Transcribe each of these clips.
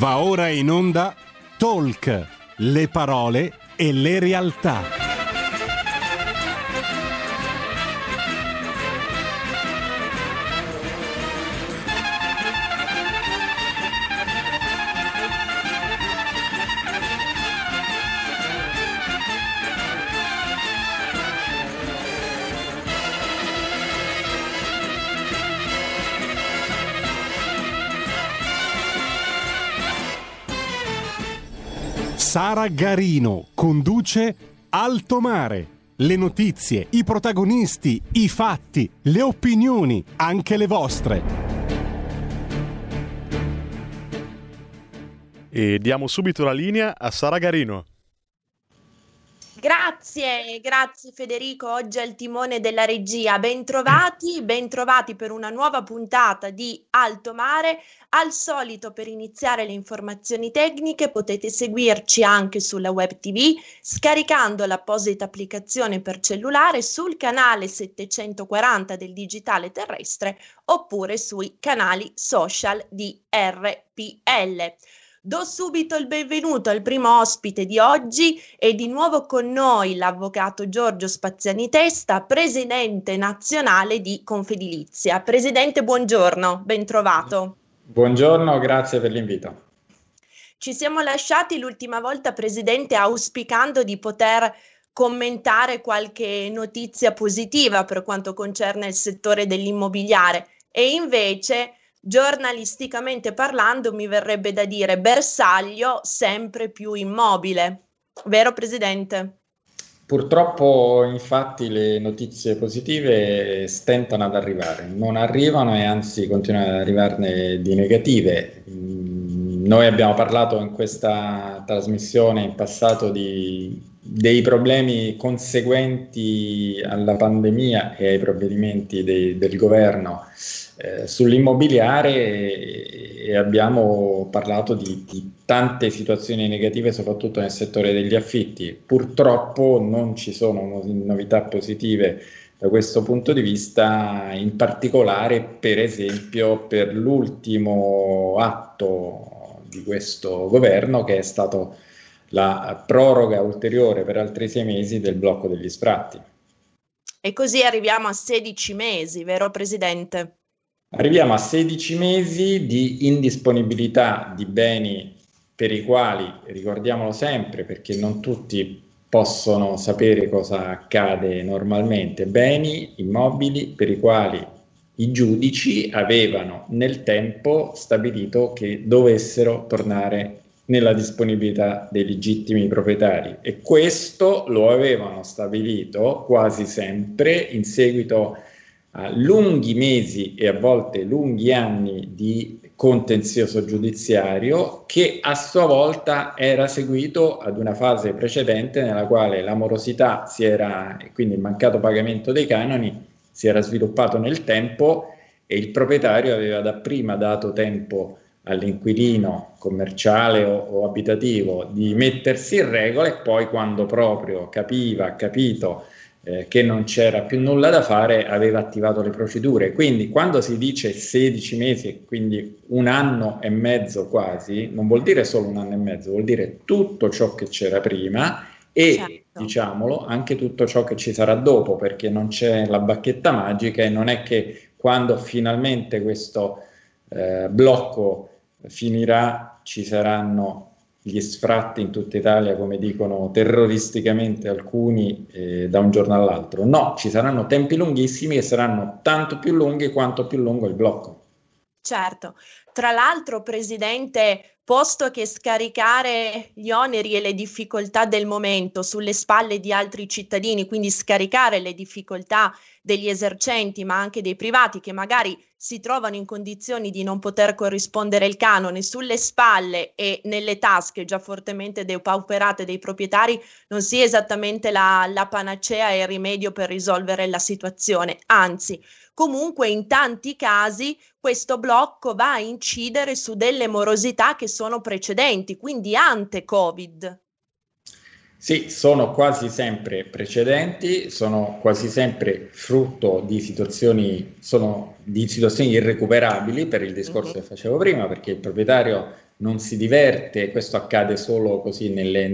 Va ora in onda Talk, le parole e le realtà. Sara Garino conduce Alto Mare. Le notizie, i protagonisti, i fatti, le opinioni, anche le vostre. E diamo subito la linea a Sara Garino. Grazie Federico, oggi al timone della regia. Bentrovati per una nuova puntata di Alto Mare. Al solito, per iniziare le informazioni tecniche potete seguirci anche sulla web TV scaricando l'apposita applicazione per cellulare sul canale 740 del digitale terrestre oppure sui canali social di RPL. Do subito il benvenuto al primo ospite di oggi e di nuovo con noi l'avvocato Giorgio Spaziani Testa, presidente nazionale di Confedilizia. Presidente, buongiorno, ben trovato. Buongiorno, grazie per l'invito. Ci siamo lasciati l'ultima volta, Presidente, auspicando di poter commentare qualche notizia positiva per quanto concerne il settore dell'immobiliare e invece, giornalisticamente parlando, mi verrebbe da dire bersaglio sempre più immobile. Vero, Presidente? Purtroppo, infatti, le notizie positive stentano ad arrivare, non arrivano e anzi continuano ad arrivarne di negative. Noi abbiamo parlato in questa trasmissione in passato dei problemi conseguenti alla pandemia e ai provvedimenti del governo sull'immobiliare e abbiamo parlato di tante situazioni negative, soprattutto nel settore degli affitti. Purtroppo non ci sono novità positive da questo punto di vista, in particolare per esempio per l'ultimo atto di questo governo, che è stato la proroga ulteriore per altri 6 mesi del blocco degli sfratti. E così arriviamo a 16 mesi, vero Presidente? Arriviamo a 16 mesi di indisponibilità di beni per i quali, ricordiamolo sempre perché non tutti possono sapere cosa accade normalmente, beni immobili per i quali i giudici avevano nel tempo stabilito che dovessero tornare nella disponibilità dei legittimi proprietari, e questo lo avevano stabilito quasi sempre in seguito a lunghi mesi e a volte lunghi anni di contenzioso giudiziario, che a sua volta era seguito ad una fase precedente nella quale la morosità e quindi il mancato pagamento dei canoni si era sviluppato nel tempo e il proprietario aveva dapprima dato tempo all'inquilino commerciale o abitativo di mettersi in regola, e poi quando proprio ha capito che non c'era più nulla da fare, aveva attivato le procedure. Quindi quando si dice 16 mesi, quindi 1 anno e mezzo quasi, non vuol dire solo 1 anno e mezzo, vuol dire tutto ciò che c'era prima e, certo, diciamolo, anche tutto ciò che ci sarà dopo, perché non c'è la bacchetta magica e non è che quando finalmente questo blocco finirà ci saranno gli sfratti in tutta Italia, come dicono terroristicamente alcuni, da un giorno all'altro. No, ci saranno tempi lunghissimi e saranno tanto più lunghi quanto più lungo il blocco. Certo. Tra l'altro, Presidente, posto che scaricare gli oneri e le difficoltà del momento sulle spalle di altri cittadini, quindi scaricare le difficoltà degli esercenti ma anche dei privati che magari si trovano in condizioni di non poter corrispondere il canone sulle spalle e nelle tasche già fortemente depauperate dei proprietari, non sia esattamente la panacea e il rimedio per risolvere la situazione. Anzi, comunque in tanti casi questo blocco va a incidere su delle morosità che sono precedenti, quindi ante Covid. Sì, sono quasi sempre precedenti, sono quasi sempre frutto di situazioni irrecuperabili, per il discorso che facevo prima, perché il proprietario non si diverte, questo accade solo così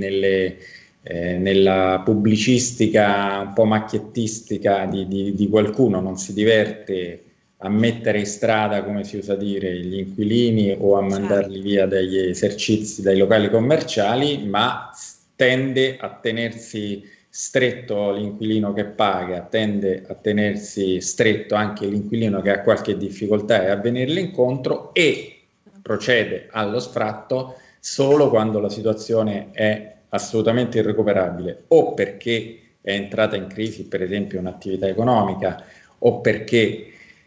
nella pubblicistica un po' macchiettistica di qualcuno, non si diverte a mettere in strada, come si usa dire, gli inquilini o a mandarli via dagli esercizi, dai locali commerciali, ma tende a tenersi stretto l'inquilino che paga, tende a tenersi stretto anche l'inquilino che ha qualche difficoltà e a venirle incontro, e procede allo sfratto solo quando la situazione è assolutamente irrecuperabile, o perché è entrata in crisi per esempio un'attività economica, o perché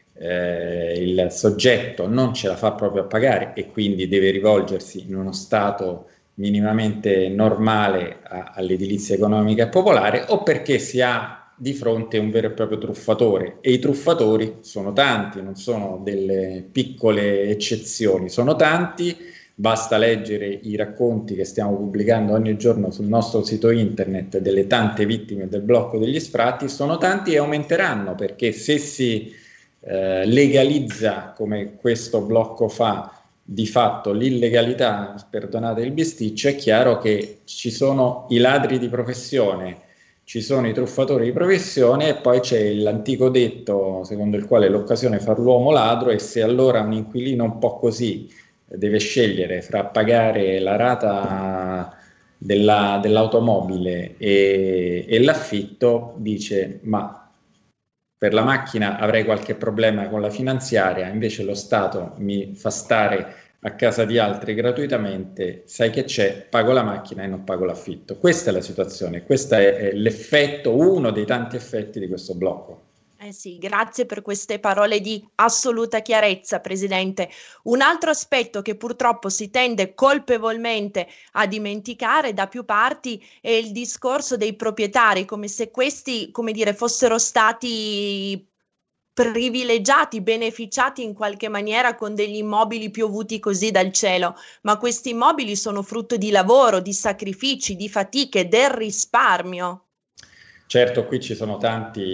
il soggetto non ce la fa proprio a pagare e quindi deve rivolgersi in uno stato minimamente normale all'edilizia economica e popolare, o perché si ha di fronte un vero e proprio truffatore, e i truffatori sono tanti, non sono delle piccole eccezioni, sono tanti. Basta leggere i racconti che stiamo pubblicando ogni giorno sul nostro sito internet delle tante vittime del blocco degli sfratti, sono tanti e aumenteranno, perché se si legalizza, come questo blocco fa, di fatto l'illegalità, perdonate il bisticcio, è chiaro che ci sono i ladri di professione, ci sono i truffatori di professione, e poi c'è l'antico detto secondo il quale l'occasione fa l'uomo ladro, e se allora un inquilino un po' così deve scegliere fra pagare la rata dell'automobile e l'affitto, dice: ma per la macchina avrei qualche problema con la finanziaria, invece lo Stato mi fa stare a casa di altri gratuitamente, sai che c'è, pago la macchina e non pago l'affitto. Questa è la situazione, questo è l'effetto, uno dei tanti effetti di questo blocco. Sì, grazie per queste parole di assoluta chiarezza, Presidente. Un altro aspetto che purtroppo si tende colpevolmente a dimenticare da più parti è il discorso dei proprietari, come se questi, come dire, fossero stati privilegiati, beneficiati in qualche maniera con degli immobili piovuti così dal cielo, ma questi immobili sono frutto di lavoro, di sacrifici, di fatiche, del risparmio. Certo, qui ci sono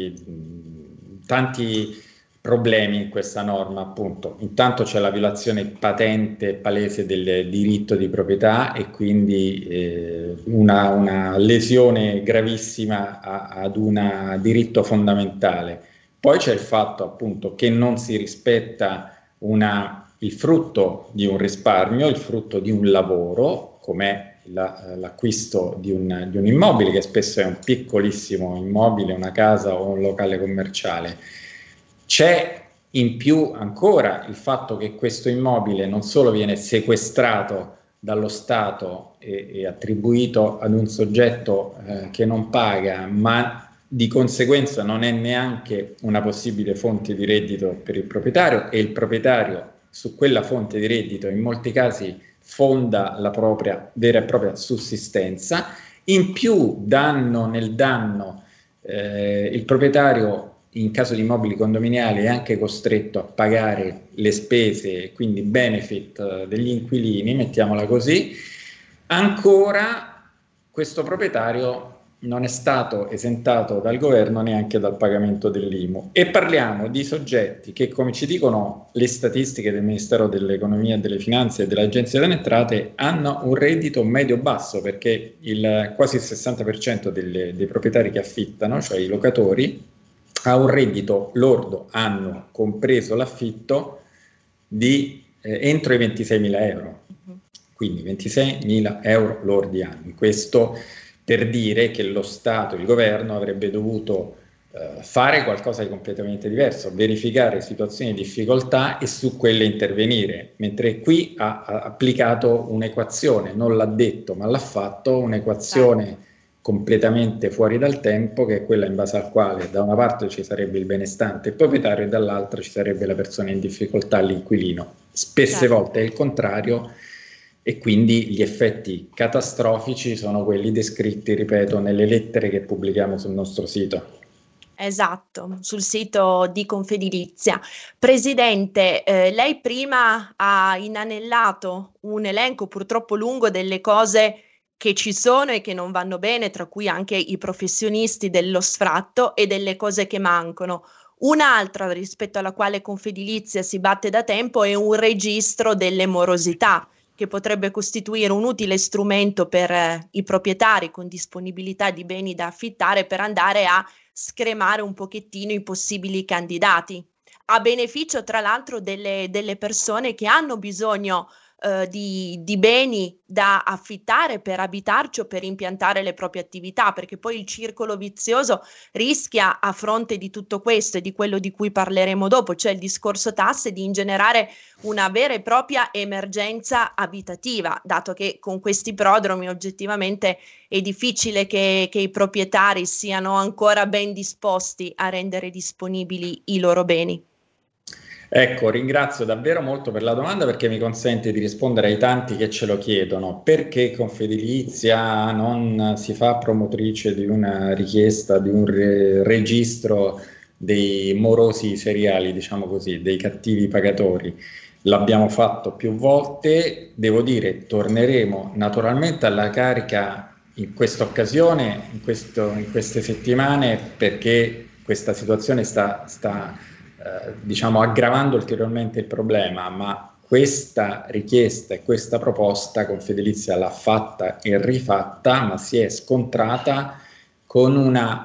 tanti problemi in questa norma, appunto. Intanto c'è la violazione patente e palese del diritto di proprietà, e quindi una lesione gravissima ad un diritto fondamentale. Poi c'è il fatto, appunto, che non si rispetta il frutto di un risparmio, il frutto di un lavoro, com'è l'acquisto di un immobile, che spesso è un piccolissimo immobile, una casa o un locale commerciale. C'è in più ancora il fatto che questo immobile non solo viene sequestrato dallo Stato e attribuito ad un soggetto che non paga, ma di conseguenza non è neanche una possibile fonte di reddito per il proprietario, e il proprietario su quella fonte di reddito in molti casi fonda la propria vera e propria sussistenza. In più, danno nel danno, il proprietario in caso di immobili condominiali è anche costretto a pagare le spese, quindi benefit degli inquilini, mettiamola così. Ancora questo proprietario non è stato esentato dal governo neanche dal pagamento dell'IMU, e parliamo di soggetti che, come ci dicono le statistiche del Ministero dell'Economia e delle Finanze e dell'Agenzia delle Entrate, hanno un reddito medio-basso, perché quasi il 60% dei proprietari che affittano, cioè i locatori, ha un reddito lordo annuo, compreso l'affitto, di entro i 26.000 euro, quindi 26.000 euro lordi annui. Questo per dire che lo Stato, il governo, avrebbe dovuto fare qualcosa di completamente diverso, verificare situazioni di difficoltà e su quelle intervenire, mentre qui ha applicato un'equazione, non l'ha detto ma l'ha fatto, un'equazione completamente fuori dal tempo, che è quella in base al quale da una parte ci sarebbe il benestante il proprietario e dall'altra ci sarebbe la persona in difficoltà, l'inquilino. Spesse volte è il contrario, e quindi gli effetti catastrofici sono quelli descritti, ripeto, nelle lettere che pubblichiamo sul nostro sito. Esatto, sul sito di Confedilizia. Presidente, lei prima ha inanellato un elenco purtroppo lungo delle cose che ci sono e che non vanno bene, tra cui anche i professionisti dello sfratto, e delle cose che mancano. Un'altra rispetto alla quale Confedilizia si batte da tempo è un registro delle morosità, che potrebbe costituire un utile strumento per i proprietari con disponibilità di beni da affittare per andare a scremare un pochettino i possibili candidati, a beneficio tra l'altro delle persone che hanno bisogno di beni da affittare per abitarci o per impiantare le proprie attività, perché poi il circolo vizioso rischia, a fronte di tutto questo e di quello di cui parleremo dopo, cioè il discorso tasse, di ingenerare una vera e propria emergenza abitativa, dato che con questi prodromi oggettivamente è difficile che i proprietari siano ancora ben disposti a rendere disponibili i loro beni. Ecco, ringrazio davvero molto per la domanda, perché mi consente di rispondere ai tanti che ce lo chiedono. Perché Confedilizia non si fa promotrice di una richiesta di un registro dei morosi seriali, diciamo così, dei cattivi pagatori? L'abbiamo fatto più volte, devo dire, torneremo naturalmente alla carica in questa occasione, in queste settimane, perché questa situazione sta diciamo aggravando ulteriormente il problema, ma questa richiesta e questa proposta Confedilizia l'ha fatta e rifatta, ma si è scontrata con una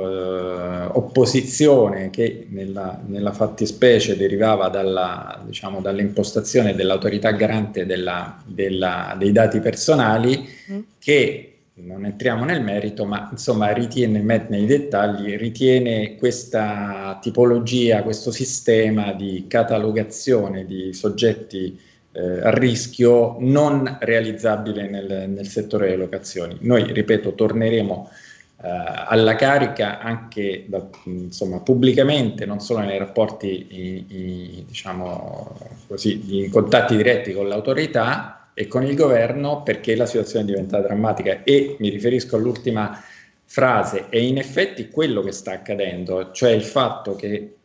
opposizione che nella fattispecie derivava dall'impostazione dell'autorità garante dei dati personali, che non entriamo nel merito, ma insomma nei dettagli, ritiene questa tipologia, questo sistema di catalogazione di soggetti a rischio non realizzabile nel settore delle locazioni. Noi, ripeto, torneremo alla carica anche pubblicamente, non solo nei rapporti diciamo così, di contatti diretti con l'autorità e con il governo, perché la situazione è diventata drammatica. E mi riferisco all'ultima frase, è in effetti quello che sta accadendo, cioè il fatto che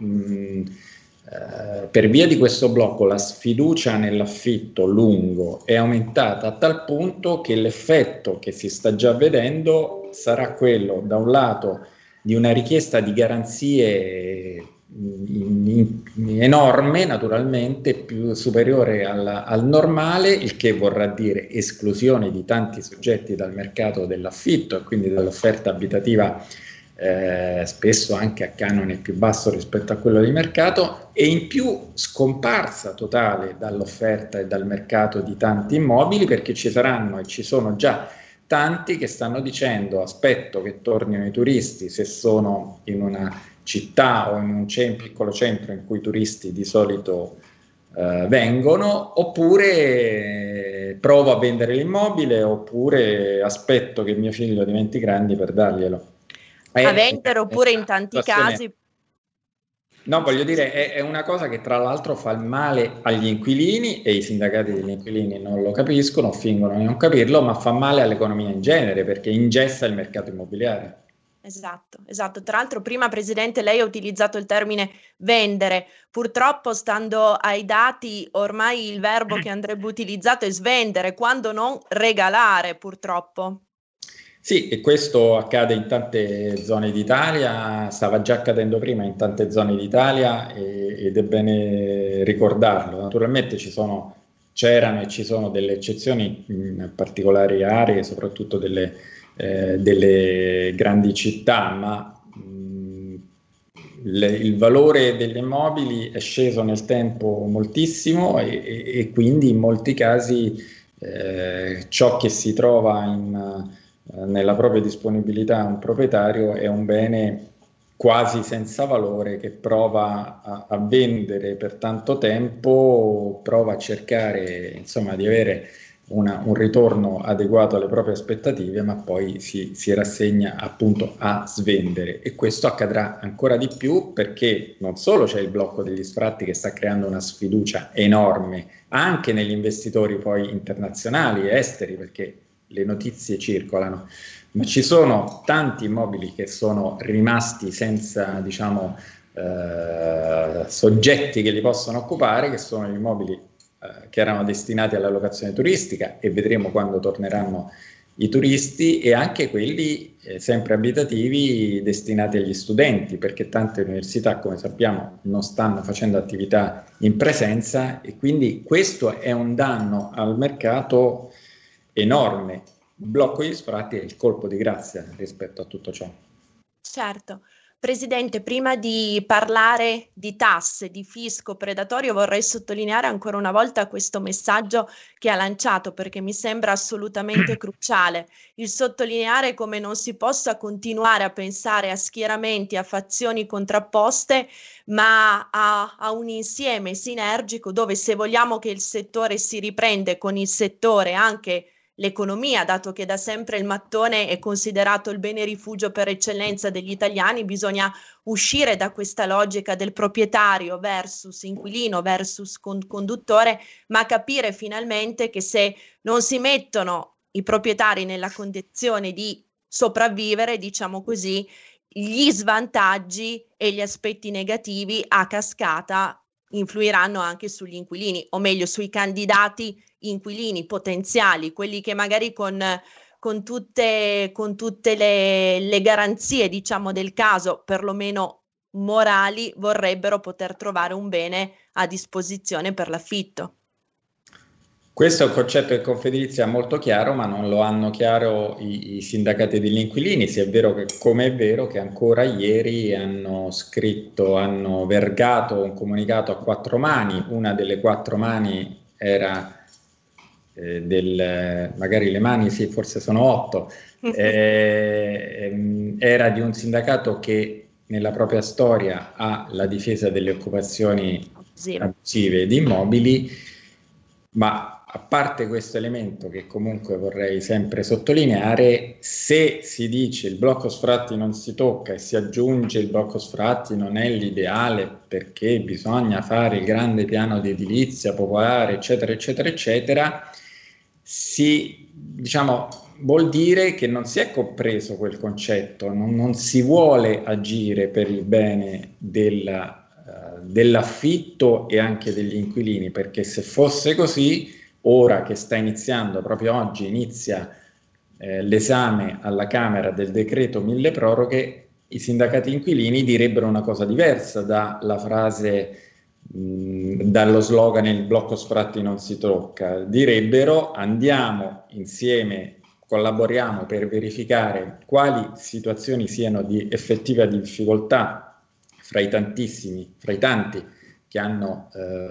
per via di questo blocco la sfiducia nell'affitto lungo è aumentata a tal punto che l'effetto che si sta già vedendo sarà quello, da un lato, di una richiesta di garanzie enorme, naturalmente più superiore al normale, il che vorrà dire esclusione di tanti soggetti dal mercato dell'affitto e quindi dall'offerta abitativa, spesso anche a canone più basso rispetto a quello di mercato, e in più scomparsa totale dall'offerta e dal mercato di tanti immobili, perché ci saranno e ci sono già tanti che stanno dicendo: aspetto che tornino i turisti, se sono in una città o in un piccolo centro in cui i turisti di solito vengono, oppure provo a vendere l'immobile, oppure aspetto che mio figlio diventi grande per darglielo. A vendere, oppure in tanti casi... No, voglio dire, è una cosa che tra l'altro fa il male agli inquilini, e i sindacati degli inquilini non lo capiscono, fingono di non capirlo, ma fa male all'economia in genere, perché ingessa il mercato immobiliare. Esatto. Tra l'altro, prima, Presidente, lei ha utilizzato il termine vendere. Purtroppo, stando ai dati, ormai il verbo che andrebbe utilizzato è svendere, quando non regalare, purtroppo. Sì, e questo accade in tante zone d'Italia, stava già accadendo prima in tante zone d'Italia, ed è bene ricordarlo. Naturalmente c'erano e ci sono delle eccezioni in particolari aree, soprattutto delle grandi città, ma il valore degli immobili è sceso nel tempo moltissimo, e quindi in molti casi ciò che si trova nella propria disponibilità un proprietario è un bene quasi senza valore, che prova a vendere per tanto tempo, prova a cercare insomma di avere un ritorno adeguato alle proprie aspettative, ma poi si rassegna appunto a svendere. E questo accadrà ancora di più, perché non solo c'è il blocco degli sfratti che sta creando una sfiducia enorme anche negli investitori poi internazionali e esteri, perché le notizie circolano, ma ci sono tanti immobili che sono rimasti senza, diciamo, soggetti che li possono occupare, che sono gli immobili che erano destinati alla locazione turistica, e vedremo quando torneranno i turisti e anche quelli sempre abitativi destinati agli studenti, perché tante università, come sappiamo, non stanno facendo attività in presenza e quindi questo è un danno al mercato enorme. Il blocco degli sfratti è il colpo di grazia rispetto a tutto ciò. Certo. Presidente, prima di parlare di tasse, di fisco predatorio, vorrei sottolineare ancora una volta questo messaggio che ha lanciato, perché mi sembra assolutamente cruciale. Il sottolineare come non si possa continuare a pensare a schieramenti, a fazioni contrapposte, ma a un insieme sinergico dove, se vogliamo che il settore si riprende con il settore, anche l'economia, dato che da sempre il mattone è considerato il bene rifugio per eccellenza degli italiani, bisogna uscire da questa logica del proprietario versus inquilino versus conduttore, ma capire finalmente che se non si mettono i proprietari nella condizione di sopravvivere, diciamo così, gli svantaggi e gli aspetti negativi a cascata influiranno anche sugli inquilini, o meglio sui candidati inquilini potenziali, quelli che magari con tutte le garanzie, diciamo, del caso, perlomeno morali, vorrebbero poter trovare un bene a disposizione per l'affitto. Questo è un concetto che Confedilizia ha molto chiaro, ma non lo hanno chiaro i sindacati degli inquilini. Sì, è vero che, come è vero che ancora ieri hanno vergato un comunicato a 4 mani. Una delle 4 mani era magari le mani sì, forse sono 8, era di un sindacato che nella propria storia ha la difesa delle occupazioni abusive di immobili, ma a parte questo elemento che comunque vorrei sempre sottolineare, se si dice il blocco sfratti non si tocca e si aggiunge il blocco sfratti non è l'ideale perché bisogna fare il grande piano di edilizia popolare, eccetera, eccetera, eccetera, vuol dire che non si è compreso quel concetto, non si vuole agire per il bene dell'affitto e anche degli inquilini, perché se fosse così, ora che sta iniziando, proprio oggi inizia l'esame alla Camera del decreto mille proroghe, i sindacati inquilini direbbero una cosa diversa dalla frase, dallo slogan il blocco sfratti non si tocca. Direbbero: andiamo insieme, collaboriamo per verificare quali situazioni siano di effettiva difficoltà fra i tanti che hanno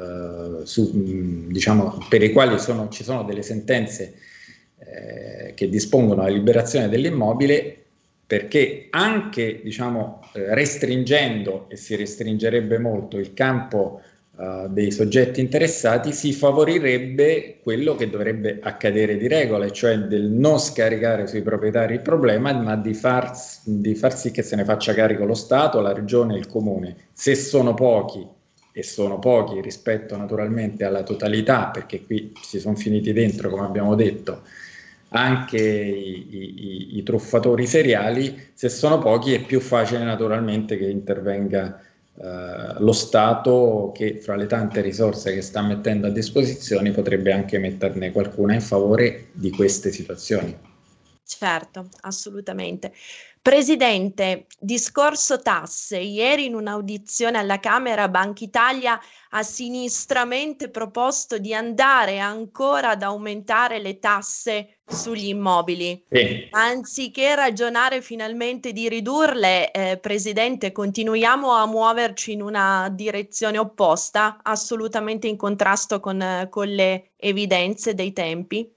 per i quali ci sono delle sentenze che dispongono la liberazione dell'immobile, perché anche restringendo, e si restringerebbe molto, il campo dei soggetti interessati, si favorirebbe quello che dovrebbe accadere di regola, cioè del non scaricare sui proprietari il problema, ma di far sì che se ne faccia carico lo Stato, la Regione e il Comune. Se sono pochi, e sono pochi rispetto naturalmente alla totalità, perché qui si sono finiti dentro, come abbiamo detto, anche i truffatori seriali, se sono pochi è più facile naturalmente che intervenga lo Stato, che fra le tante risorse che sta mettendo a disposizione potrebbe anche metterne qualcuna in favore di queste situazioni. Certo, assolutamente. Presidente, discorso tasse. Ieri in un'audizione alla Camera Banca Italia ha sinistramente proposto di andare ancora ad aumentare le tasse sugli immobili. Sì. Anziché ragionare finalmente di ridurle, Presidente, continuiamo a muoverci in una direzione opposta, assolutamente in contrasto con le evidenze dei tempi?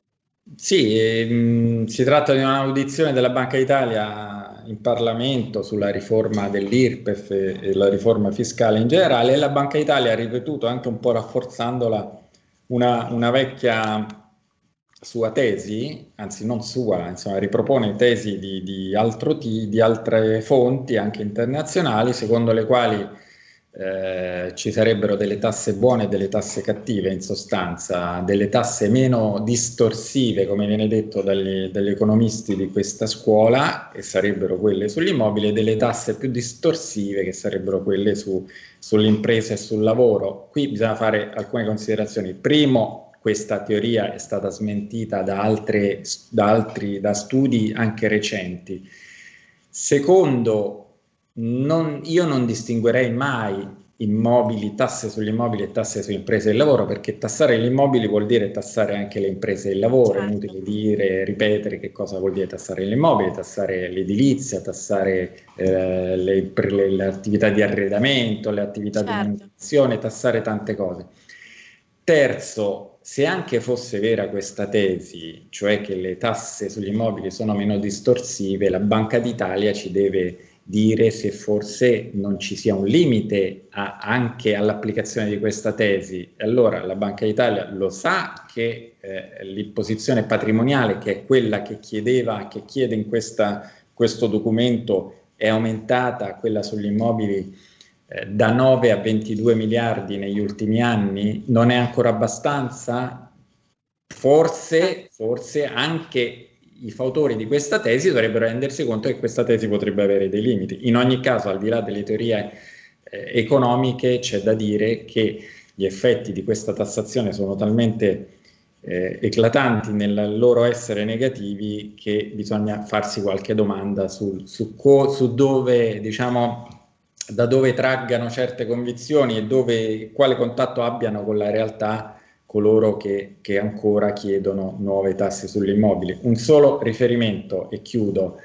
Sì, si tratta di un'audizione della Banca d'Italia in Parlamento sulla riforma dell'IRPEF e la riforma fiscale in generale, e la Banca d'Italia ha ripetuto, anche un po' rafforzandola, una vecchia sua tesi, anzi non sua, insomma ripropone tesi di altre fonti anche internazionali, secondo le quali ci sarebbero delle tasse buone e delle tasse cattive, in sostanza delle tasse meno distorsive, come viene detto dagli economisti di questa scuola, che sarebbero quelle sugli immobili, e delle tasse più distorsive, che sarebbero quelle sull'impresa e sul lavoro. Qui bisogna fare alcune considerazioni. Primo, questa teoria è stata smentita da studi anche recenti. Secondo, io non distinguerei mai tasse sugli immobili e tasse sulle imprese del lavoro, perché tassare gli immobili vuol dire tassare anche le imprese del lavoro. È inutile ripetere che cosa vuol dire tassare gli immobili, tassare l'edilizia, tassare le attività di arredamento, le attività di manutenzione, tassare tante cose. Terzo, se anche fosse vera questa tesi, cioè che le tasse sugli immobili sono meno distorsive, la Banca d'Italia ci deve dire se forse non ci sia un limite anche all'applicazione di questa tesi. Allora la Banca d'Italia lo sa che l'imposizione patrimoniale, che è quella che chiede in questo documento, è aumentata, quella sugli immobili, da 9 a 22 miliardi negli ultimi anni. Non è ancora abbastanza? Forse anche i fautori di questa tesi dovrebbero rendersi conto che questa tesi potrebbe avere dei limiti. In ogni caso, al di là delle teorie economiche, c'è da dire che gli effetti di questa tassazione sono talmente eclatanti nel loro essere negativi che bisogna farsi qualche domanda su dove, diciamo, da dove traggano certe convinzioni e quale contatto abbiano con la realtà coloro che ancora chiedono nuove tasse sugli immobili. Un solo riferimento e chiudo,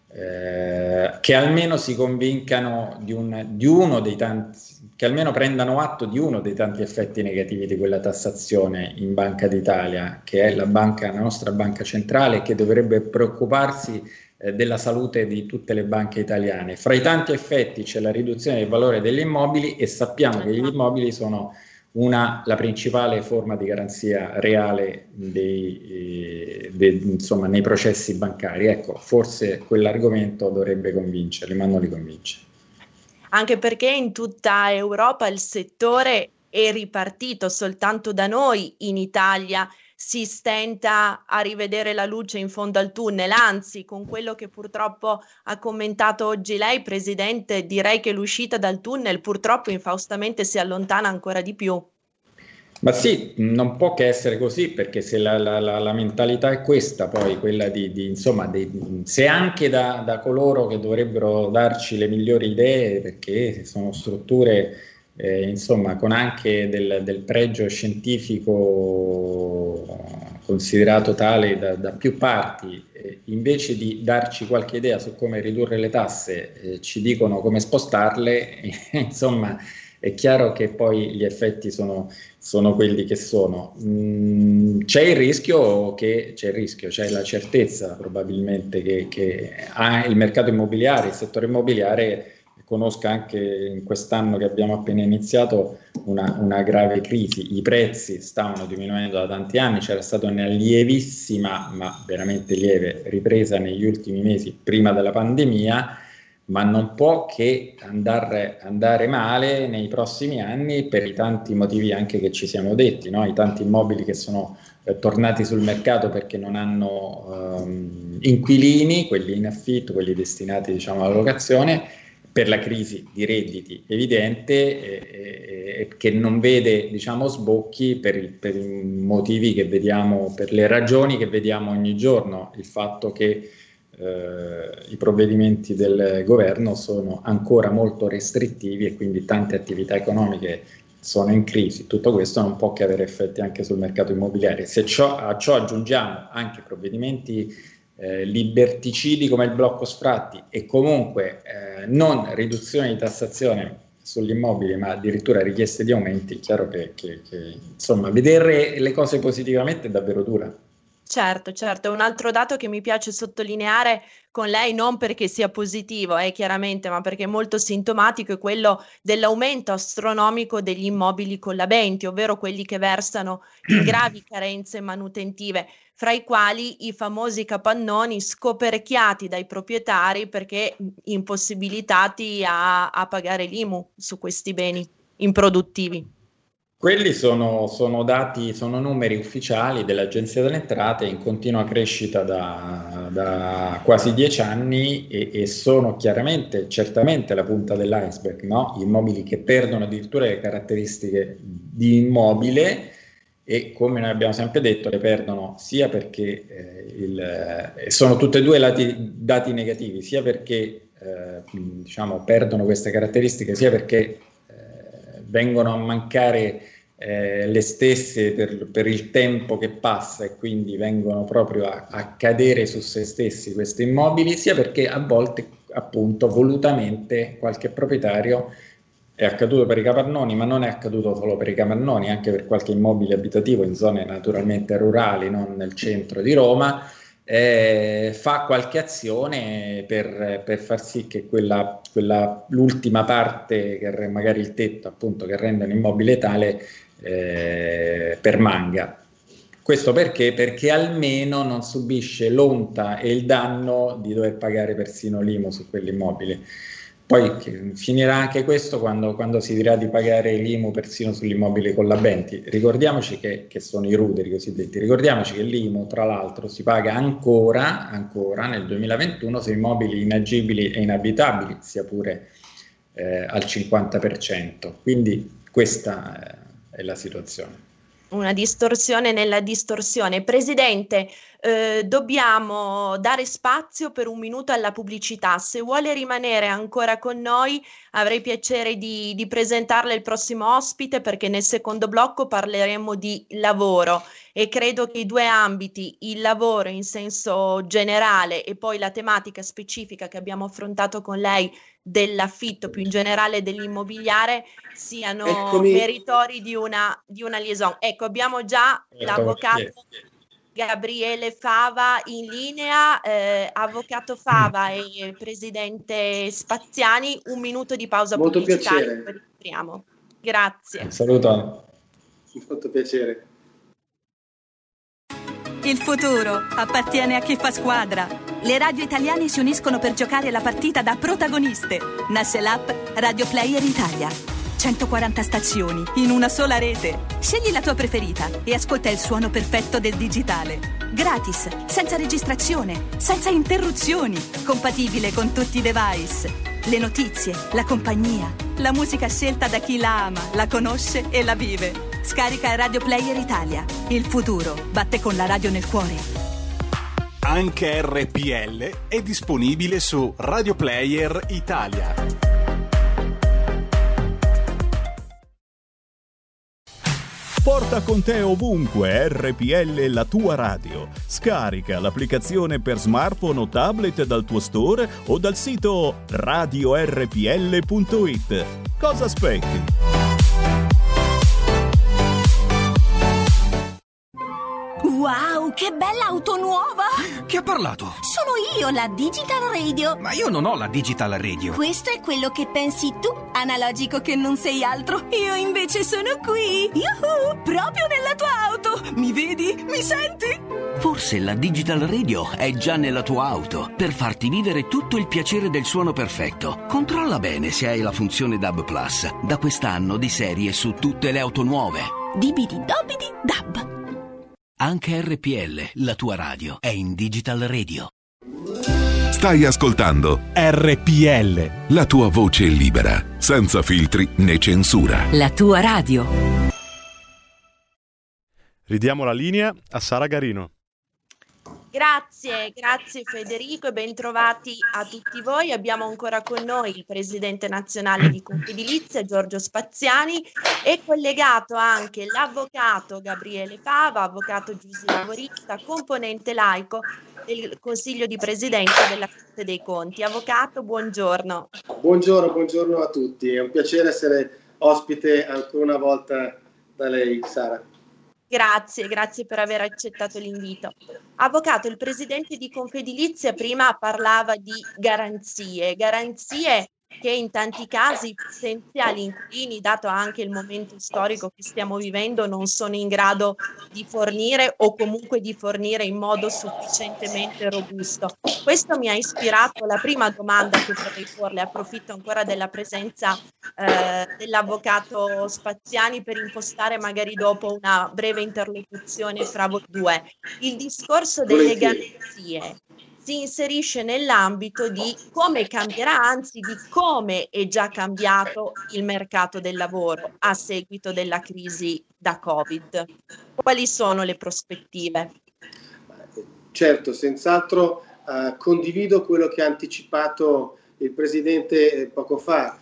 che almeno si convincano di uno dei tanti, che almeno prendano atto di uno dei tanti effetti negativi di quella tassazione in Banca d'Italia, che è la nostra banca centrale, che dovrebbe preoccuparsi della salute di tutte le banche italiane. Fra i tanti effetti c'è la riduzione del valore degli immobili, e sappiamo che gli immobili sono la principale forma di garanzia reale insomma, nei processi bancari. Ecco, forse quell'argomento dovrebbe convincerli, ma non li convince. Anche perché in tutta Europa il settore è ripartito, soltanto da noi in Italia si stenta a rivedere la luce in fondo al tunnel. Anzi, con quello che purtroppo ha commentato oggi lei, Presidente, direi che l'uscita dal tunnel purtroppo infaustamente si allontana ancora di più. Ma sì, non può che essere così, perché se la mentalità è questa, poi quella se anche da coloro che dovrebbero darci le migliori idee, perché sono strutture insomma, con anche del pregio scientifico considerato tale da più parti, invece di darci qualche idea su come ridurre le tasse, ci dicono come spostarle. Insomma, è chiaro che poi gli effetti sono quelli che sono. C'è il rischio, c'è la certezza probabilmente che il mercato immobiliare, il settore immobiliare, conosca anche in quest'anno che abbiamo appena iniziato una grave crisi. I prezzi stavano diminuendo da tanti anni, c'era stata una lievissima, ma veramente lieve, ripresa negli ultimi mesi prima della pandemia, ma non può che andare male nei prossimi anni per i tanti motivi anche che ci siamo detti, no? I tanti immobili che sono tornati sul mercato perché non hanno inquilini, quelli in affitto, quelli destinati, diciamo, alla locazione, per la crisi di redditi evidente, che non vede, diciamo, sbocchi per i motivi che vediamo, per le ragioni che vediamo ogni giorno. Il fatto che i provvedimenti del governo sono ancora molto restrittivi e quindi tante attività economiche sono in crisi. Tutto questo non può che avere effetti anche sul mercato immobiliare. Se a ciò aggiungiamo anche provvedimenti liberticidi come il blocco sfratti e comunque non riduzione di tassazione sugli immobili, ma addirittura richieste di aumenti, è chiaro che insomma, vedere le cose positivamente è davvero dura. Certo, un altro dato che mi piace sottolineare con lei, non perché sia positivo, chiaramente, ma perché è molto sintomatico, è quello dell'aumento astronomico degli immobili collabenti, ovvero quelli che versano in gravi carenze manutentive, fra i quali i famosi capannoni scoperchiati dai proprietari perché impossibilitati a pagare l'IMU su questi beni improduttivi. Quelli sono dati, sono numeri ufficiali dell'Agenzia delle Entrate in continua crescita da quasi 10 anni e sono certamente la punta dell'iceberg, no? Gli immobili che perdono addirittura le caratteristiche di immobile e, come noi abbiamo sempre detto, le perdono sia perché sono tutte e due dati negativi, sia perché diciamo perdono queste caratteristiche, sia perché vengono a mancare le stesse per il tempo che passa, e quindi vengono proprio a cadere su se stessi questi immobili, sia perché a volte, appunto, volutamente qualche proprietario, è accaduto per i capannoni, ma non è accaduto solo per i capannoni, anche per qualche immobile abitativo in zone naturalmente rurali, non nel centro di Roma, fa qualche azione per far sì che l'ultima parte, che magari il tetto, appunto, che rende un immobile tale, permanga. Questo perché? Perché almeno non subisce l'onta e il danno di dover pagare persino l'IMU su quell'immobile. Poi finirà anche questo quando si dirà di pagare l'IMU persino sugli immobili collabenti. Ricordiamoci che sono i ruderi cosiddetti, ricordiamoci che l'IMU, tra l'altro, si paga ancora nel 2021 su immobili inagibili e inabitabili, sia pure al 50%. Quindi questa è la situazione. Una distorsione nella distorsione. Presidente, dobbiamo dare spazio per un minuto alla pubblicità. Se vuole rimanere ancora con noi, avrei piacere di presentarle il prossimo ospite, perché nel secondo blocco parleremo di lavoro, e credo che i due ambiti, il lavoro in senso generale e poi la tematica specifica che abbiamo affrontato con lei dell'affitto, più in generale dell'immobiliare, siano meritori di una liaison. Ecco, abbiamo già l'avvocato Gabriele Fava in linea. Avvocato Fava e presidente Spaziani, un minuto di pausa pubblicitaria. Grazie. Saluto. Molto piacere. Il futuro appartiene a chi fa squadra. Le radio italiane si uniscono per giocare la partita da protagoniste. Nasce l'app Radio Player Italia. 140 stazioni in una sola rete. Scegli la tua preferita e ascolta il suono perfetto del digitale. Gratis, senza registrazione, senza interruzioni. Compatibile con tutti i device. Le notizie, la compagnia, la musica scelta da chi la ama, la conosce e la vive. Scarica Radio Player Italia. Il futuro batte con la radio nel cuore. Anche RPL è disponibile su Radio Player Italia. Porta con te ovunque RPL, la tua radio. Scarica l'applicazione per smartphone o tablet dal tuo store o dal sito radiorpl.it. Cosa aspetti? Wow, che bella auto nuova! Chi ha parlato? Sono io, la Digital Radio. Ma io non ho la Digital Radio. Questo è quello che pensi tu, analogico che non sei altro. Io invece sono qui, proprio nella tua auto. Mi vedi? Mi senti? Forse la Digital Radio è già nella tua auto per farti vivere tutto il piacere del suono perfetto. Controlla bene se hai la funzione DAB+, da quest'anno di serie su tutte le auto nuove. Dibidi dobidi dab. Anche RPL, la tua radio, è in Digital Radio. Stai ascoltando RPL, la tua voce libera, senza filtri né censura. La tua radio. Ridiamo la linea a Sara Garino. Grazie Federico e bentrovati a tutti voi. Abbiamo ancora con noi il presidente nazionale di Confedilizia, Giorgio Spaziani, e collegato anche l'avvocato Gabriele Fava, avvocato giuslavorista, componente laico del Consiglio di Presidenza della Corte dei Conti. Avvocato, buongiorno. Buongiorno a tutti. È un piacere essere ospite ancora una volta da lei, Sara. Grazie per aver accettato l'invito. Avvocato, il presidente di Confedilizia prima parlava di garanzie che in tanti casi potenziali inquilini, dato anche il momento storico che stiamo vivendo, non sono in grado di fornire, o comunque di fornire in modo sufficientemente robusto. Questo mi ha ispirato la prima domanda che vorrei porle. Approfitto ancora della presenza dell'avvocato Spaziani per impostare magari dopo una breve interlocuzione fra voi due. Il discorso delle garanzie si inserisce nell'ambito di come cambierà, anzi di come è già cambiato il mercato del lavoro a seguito della crisi da Covid. Quali sono le prospettive? Certo, senz'altro condivido quello che ha anticipato il Presidente poco fa.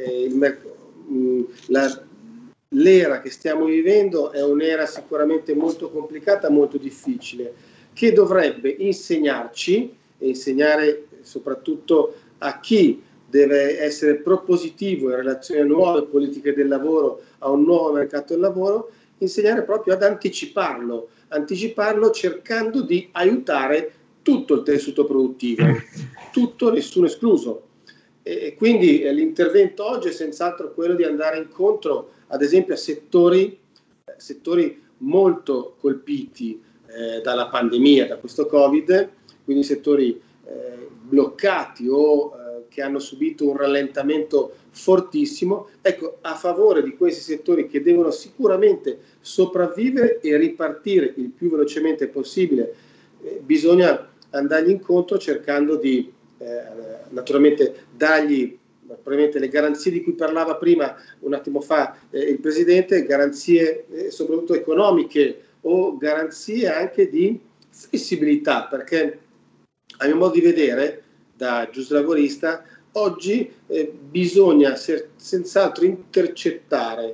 L'era che stiamo vivendo è un'era sicuramente molto complicata, molto difficile, che dovrebbe insegnarci e insegnare soprattutto a chi deve essere propositivo in relazione a nuove politiche del lavoro, a un nuovo mercato del lavoro, insegnare proprio ad anticiparlo cercando di aiutare tutto il tessuto produttivo, tutto, nessuno escluso. E quindi l'intervento oggi è senz'altro quello di andare incontro, ad esempio, a settori molto colpiti dalla pandemia, da questo Covid, quindi settori bloccati o che hanno subito un rallentamento fortissimo. Ecco, a favore di questi settori che devono sicuramente sopravvivere e ripartire il più velocemente possibile, bisogna andargli incontro cercando di naturalmente dargli probabilmente le garanzie di cui parlava prima un attimo fa il Presidente, garanzie soprattutto economiche o garanzie anche di flessibilità, perché a mio modo di vedere da giuslavorista oggi bisogna senz'altro intercettare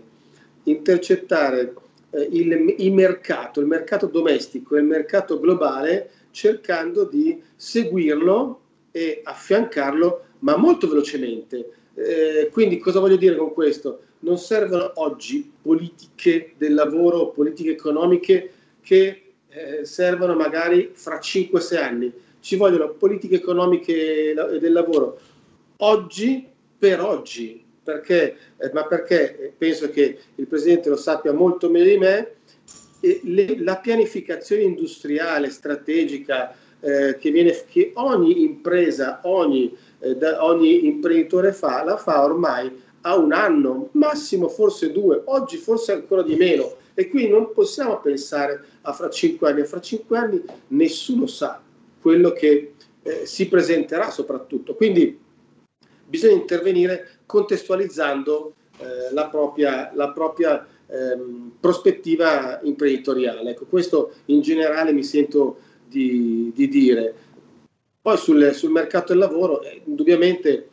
il mercato domestico e il mercato globale, cercando di seguirlo e affiancarlo, ma molto velocemente. Quindi cosa voglio dire con questo? Non servono oggi politiche del lavoro, politiche economiche che servono magari fra 5-6 anni. Ci vogliono politiche economiche del lavoro oggi per oggi, perché penso che il Presidente lo sappia molto meglio di me, la pianificazione industriale, strategica, che ogni impresa, ogni imprenditore la fa ormai a 1 anno, massimo forse 2, oggi forse ancora di meno, e quindi non possiamo pensare a fra 5 anni. Fra 5 anni nessuno sa quello che si presenterà soprattutto, quindi bisogna intervenire contestualizzando la propria prospettiva imprenditoriale. Ecco, questo in generale mi sento di dire. Poi sul mercato del lavoro, indubbiamente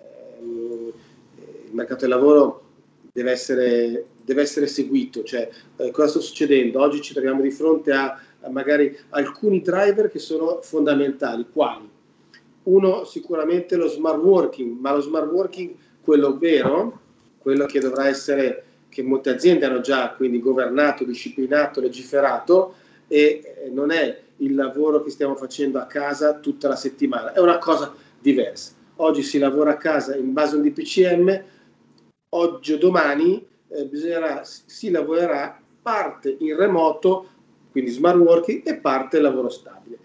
il mercato del lavoro deve essere seguito, cioè cosa sta succedendo? Oggi ci troviamo di fronte a magari alcuni driver che sono fondamentali. Quali? Uno sicuramente lo smart working, ma lo smart working, quello vero, quello che dovrà essere, che molte aziende hanno già quindi governato, disciplinato, legiferato, e non è il lavoro che stiamo facendo a casa tutta la settimana, è una cosa diversa. Oggi si lavora a casa in base a un DPCM, oggi o domani si lavorerà parte in remoto, quindi smart working, e parte lavoro stabile.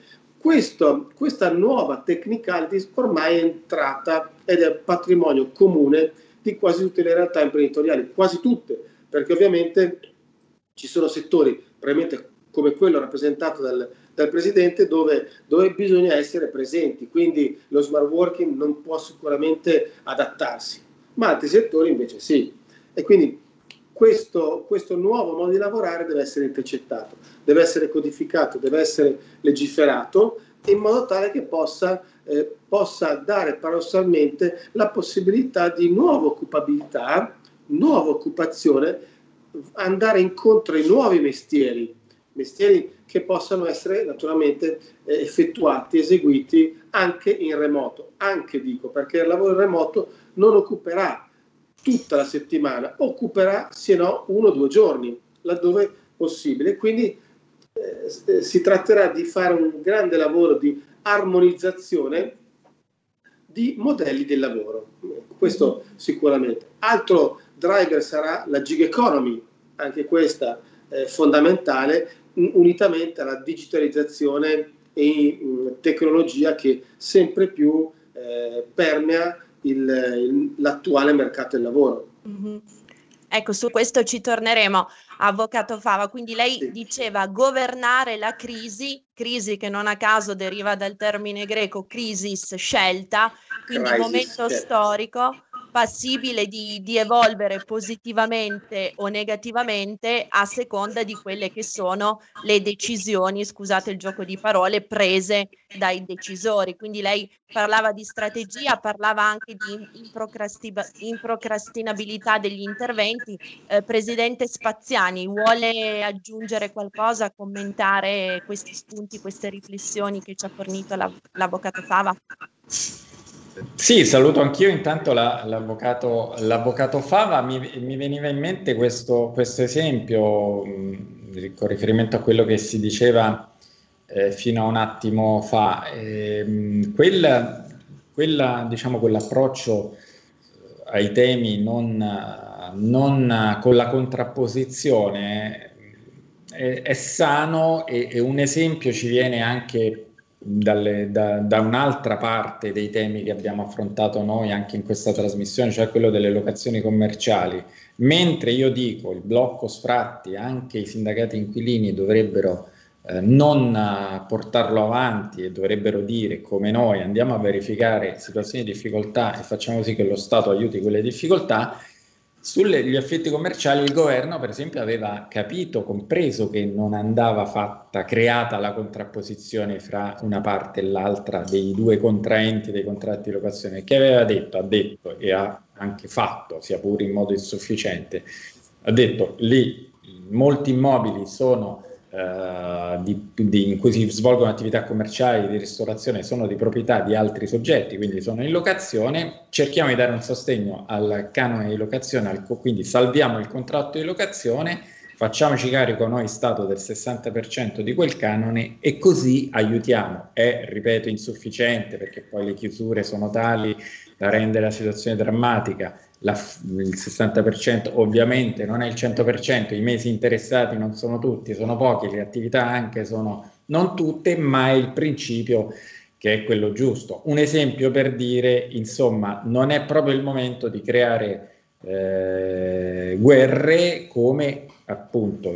Questa nuova technicality ormai è entrata ed è patrimonio comune di quasi tutte le realtà imprenditoriali, quasi tutte, perché ovviamente ci sono settori, probabilmente come quello rappresentato dal Presidente, dove bisogna essere presenti, quindi lo smart working non può sicuramente adattarsi, ma altri settori invece sì. E quindi questo nuovo modo di lavorare deve essere intercettato, deve essere codificato, deve essere legiferato, in modo tale che possa dare paradossalmente la possibilità di nuova occupabilità, nuova occupazione, andare incontro ai nuovi mestieri che possano essere naturalmente effettuati, eseguiti anche in remoto, perché il lavoro in remoto non occuperà tutta la settimana, occuperà se no 1 o 2 giorni, laddove possibile. Quindi si tratterà di fare un grande lavoro di armonizzazione di modelli del lavoro, questo sicuramente. Altro driver sarà la gig economy, anche questa fondamentale, unitamente alla digitalizzazione e tecnologia che sempre più permea l'attuale mercato del lavoro. Mm-hmm. Ecco, su questo ci torneremo, avvocato Fava. Quindi lei diceva governare la crisi che non a caso deriva dal termine greco crisis, scelta, quindi momento storico passibile di evolvere positivamente o negativamente a seconda di quelle che sono le decisioni, scusate il gioco di parole, prese dai decisori. Quindi lei parlava di strategia, parlava anche di improcrastinabilità degli interventi. Presidente Spaziani, vuole aggiungere qualcosa, commentare questi spunti, queste riflessioni che ci ha fornito l'avvocato Fava? Sì, saluto anch'io intanto l'avvocato Fava. Mi veniva in mente questo esempio con riferimento a quello che si diceva fino a un attimo fa. Quell'approccio ai temi non con la contrapposizione è sano, e un esempio ci viene anche da un'altra parte dei temi che abbiamo affrontato noi anche in questa trasmissione, cioè quello delle locazioni commerciali. Mentre io dico il blocco sfratti, anche i sindacati inquilini dovrebbero non portarlo avanti e dovrebbero dire, come noi, andiamo a verificare situazioni di difficoltà e facciamo sì che lo Stato aiuti quelle difficoltà. Sugli affitti commerciali il governo, per esempio, aveva capito, compreso che non andava creata la contrapposizione fra una parte e l'altra dei due contraenti dei contratti di locazione, che aveva detto e ha anche fatto, sia pure in modo insufficiente, ha detto lì molti immobili sono in cui si svolgono attività commerciali di ristorazione sono di proprietà di altri soggetti, quindi sono in locazione, cerchiamo di dare un sostegno al canone di locazione, quindi salviamo il contratto di locazione, facciamoci carico noi Stato del 60% di quel canone e così aiutiamo. È, ripeto, insufficiente perché poi le chiusure sono tali da rendere la situazione drammatica. Il 60% ovviamente non è il 100%, i mesi interessati non sono tutti, sono pochi, le attività anche sono non tutte, ma è il principio che è quello giusto. Un esempio per dire, insomma, non è proprio il momento di creare guerre come appunto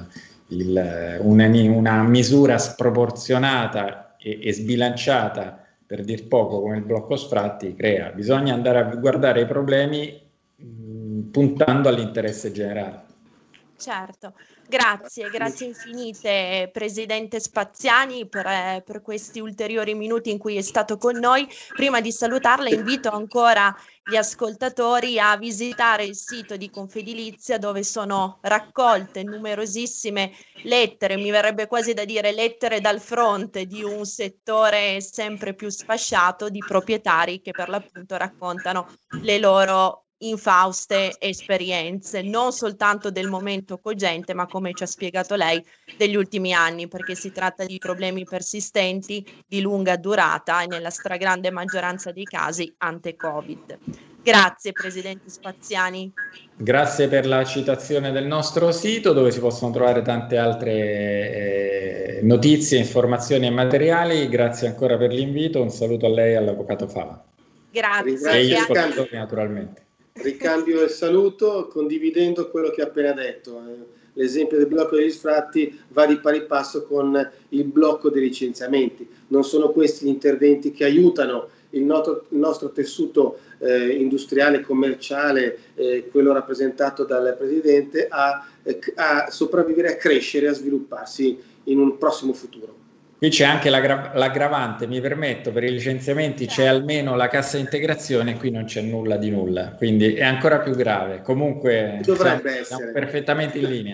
una misura sproporzionata e sbilanciata, per dir poco, come il blocco sfratti crea. Bisogna andare a guardare i problemi puntando all'interesse generale. Certo, grazie infinite Presidente Spaziani per questi ulteriori minuti in cui è stato con noi. Prima di salutarla invito ancora gli ascoltatori a visitare il sito di Confedilizia, dove sono raccolte numerosissime lettere, mi verrebbe quasi da dire lettere dal fronte di un settore sempre più sfasciato di proprietari che per l'appunto raccontano le loro infauste esperienze, non soltanto del momento cogente, ma come ci ha spiegato lei, degli ultimi anni, perché si tratta di problemi persistenti, di lunga durata e nella stragrande maggioranza dei casi ante-Covid. Grazie Presidente Spaziani. Grazie per la citazione del nostro sito, dove si possono trovare tante altre notizie, informazioni e materiali. Grazie ancora per l'invito, un saluto a lei e all'avvocato Fava. Grazie. E io ascoltatori, naturalmente. Ricambio il saluto condividendo quello che ha appena detto. L'esempio del blocco degli sfratti va di pari passo con il blocco dei licenziamenti. Non sono questi gli interventi che aiutano il nostro tessuto industriale, commerciale, quello rappresentato dal Presidente, a sopravvivere, a crescere, a svilupparsi in un prossimo futuro. Qui c'è anche l'aggravante, mi permetto, per i licenziamenti c'è almeno la cassa integrazione, qui non c'è nulla di nulla, quindi è ancora più grave. Comunque siamo perfettamente in linea.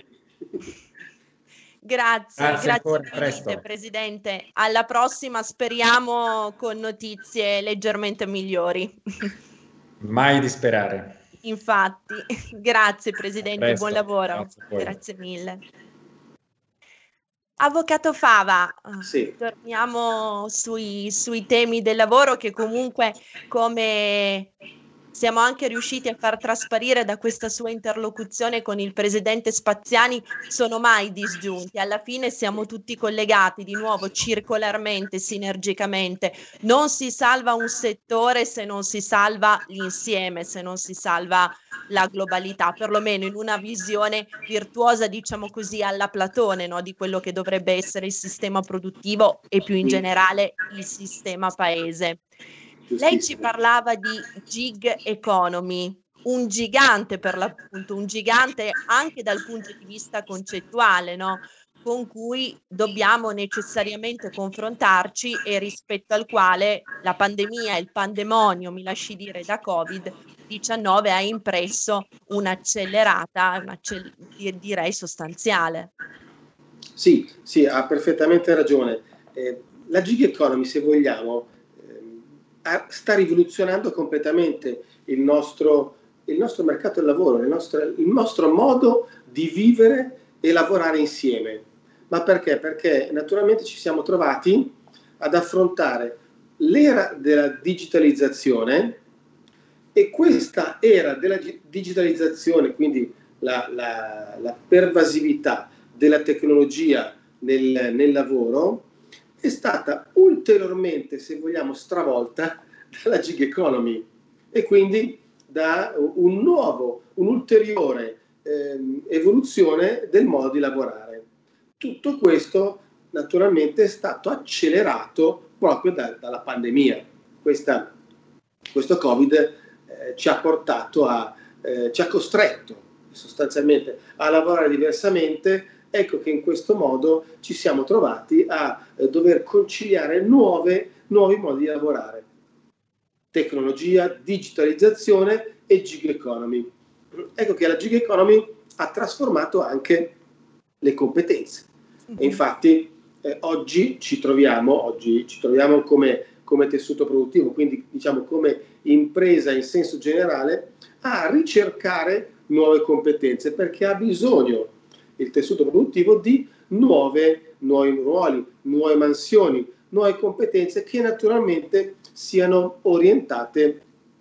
Grazie infinite, Presidente. Alla prossima, speriamo con notizie leggermente migliori. Mai di sperare. Infatti, grazie Presidente, buon lavoro. Grazie mille. Avvocato Fava, sì. Torniamo sui temi del lavoro che comunque, come siamo anche riusciti a far trasparire da questa sua interlocuzione con il presidente Spaziani, sono mai disgiunti. Alla fine siamo tutti collegati, di nuovo circolarmente, sinergicamente. Non si salva un settore se non si salva l'insieme, se non si salva la globalità, perlomeno in una visione virtuosa, diciamo così, alla Platone, no? Di quello che dovrebbe essere il sistema produttivo e più in generale il sistema paese. Lei ci parlava di gig economy, un gigante per l'appunto, un gigante anche dal punto di vista concettuale, no? Con cui dobbiamo necessariamente confrontarci e rispetto al quale la pandemia e il pandemonio, mi lasci dire, da Covid-19 ha impresso un'accelerata, direi sostanziale. Sì, ha perfettamente ragione. La gig economy, se vogliamo, sta rivoluzionando completamente il nostro mercato del lavoro, il nostro modo di vivere e lavorare insieme. Ma perché? Perché naturalmente ci siamo trovati ad affrontare l'era della digitalizzazione, e questa era della digitalizzazione, quindi la pervasività della tecnologia nel lavoro, è stata ulteriormente, se vogliamo, stravolta dalla gig economy, e quindi da un'ulteriore evoluzione del modo di lavorare. Tutto questo naturalmente è stato accelerato proprio dalla pandemia. Questo Covid ci ha portato ci ha costretto sostanzialmente a lavorare diversamente. Ecco che in questo modo ci siamo trovati a dover conciliare nuovi modi di lavorare: tecnologia, digitalizzazione e gig economy. Ecco che la gig economy ha trasformato anche le competenze. E infatti oggi ci troviamo come tessuto produttivo, quindi diciamo come impresa in senso generale, a ricercare nuove competenze, perché ha bisogno il tessuto produttivo di nuovi ruoli, nuove mansioni, nuove competenze che naturalmente siano orientate,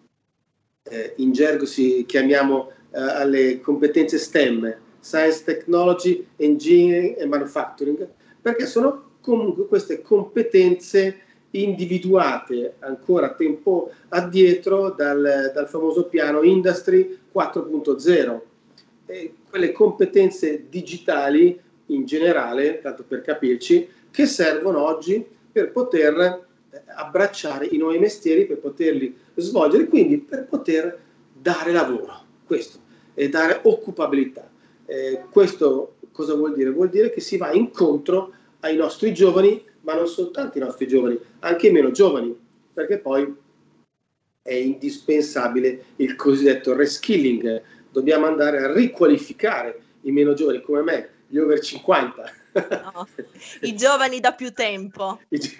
in gergo chiamiamo alle competenze STEM, Science, Technology, Engineering e Manufacturing, perché sono comunque queste competenze individuate ancora tempo addietro dal famoso piano Industry 4.0. Quelle competenze digitali in generale, tanto per capirci, che servono oggi per poter abbracciare i nuovi mestieri, per poterli svolgere, quindi per poter dare lavoro, questo, e dare occupabilità. Questo cosa vuol dire? Vuol dire che si va incontro ai nostri giovani, ma non soltanto i nostri giovani, anche i meno giovani, perché poi è indispensabile il cosiddetto reskilling. Dobbiamo andare a riqualificare i meno giovani come me, gli over 50. No, i giovani da più tempo.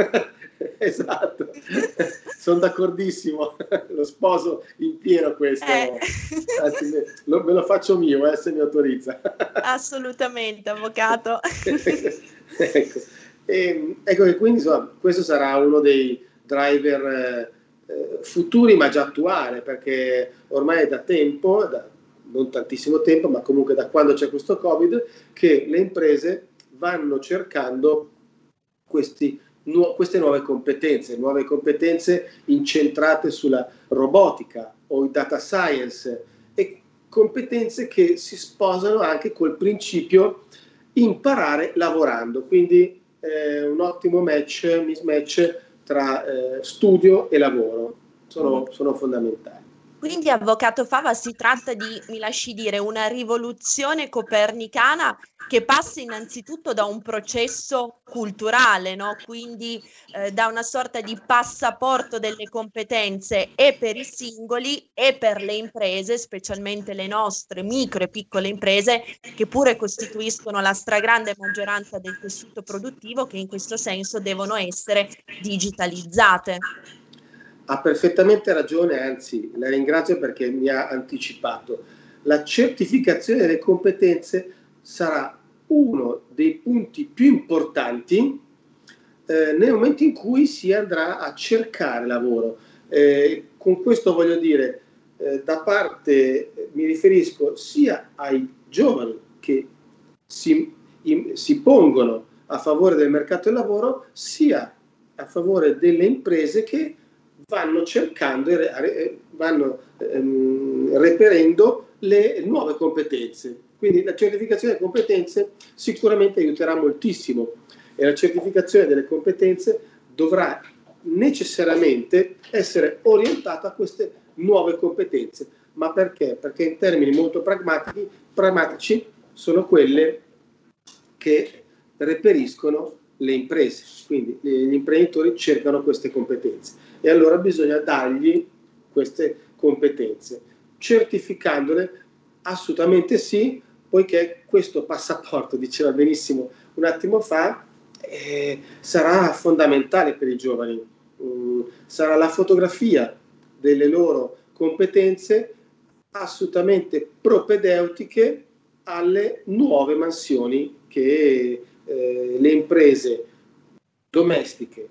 Esatto, sono d'accordissimo, lo sposo in pieno questo. Anzi, me lo faccio mio, se mi autorizza. Assolutamente, avvocato. Ecco. Ecco che quindi insomma, questo sarà uno dei driver futuri, ma già attuale, perché ormai è da tempo, non tantissimo tempo, ma comunque da quando c'è questo Covid, che le imprese vanno cercando queste nuove competenze incentrate sulla robotica o il data science, e competenze che si sposano anche col principio imparare lavorando, quindi un ottimo mismatch tra studio e lavoro sono fondamentali. Quindi, avvocato Fava, si tratta di, mi lasci dire, una rivoluzione copernicana che passa innanzitutto da un processo culturale, no? Quindi da una sorta di passaporto delle competenze e per i singoli e per le imprese, specialmente le nostre micro e piccole imprese, che pure costituiscono la stragrande maggioranza del tessuto produttivo, che in questo senso devono essere digitalizzate. Ha perfettamente ragione, anzi la ringrazio perché mi ha anticipato. La certificazione delle competenze sarà uno dei punti più importanti nel momento in cui si andrà a cercare lavoro. Con questo voglio dire, da parte, mi riferisco sia ai giovani che si pongono a favore del mercato del lavoro, sia a favore delle imprese che vanno cercando vanno reperendo le nuove competenze. Quindi la certificazione delle competenze sicuramente aiuterà moltissimo, e la certificazione delle competenze dovrà necessariamente essere orientata a queste nuove competenze. Ma perché? Perché in termini molto pragmatici sono quelle che reperiscono le imprese, quindi gli imprenditori cercano queste competenze e allora bisogna dargli queste competenze, certificandole. Assolutamente sì, poiché questo passaporto, diceva benissimo un attimo fa, sarà fondamentale per i giovani, sarà la fotografia delle loro competenze assolutamente propedeutiche alle nuove mansioni che le imprese domestiche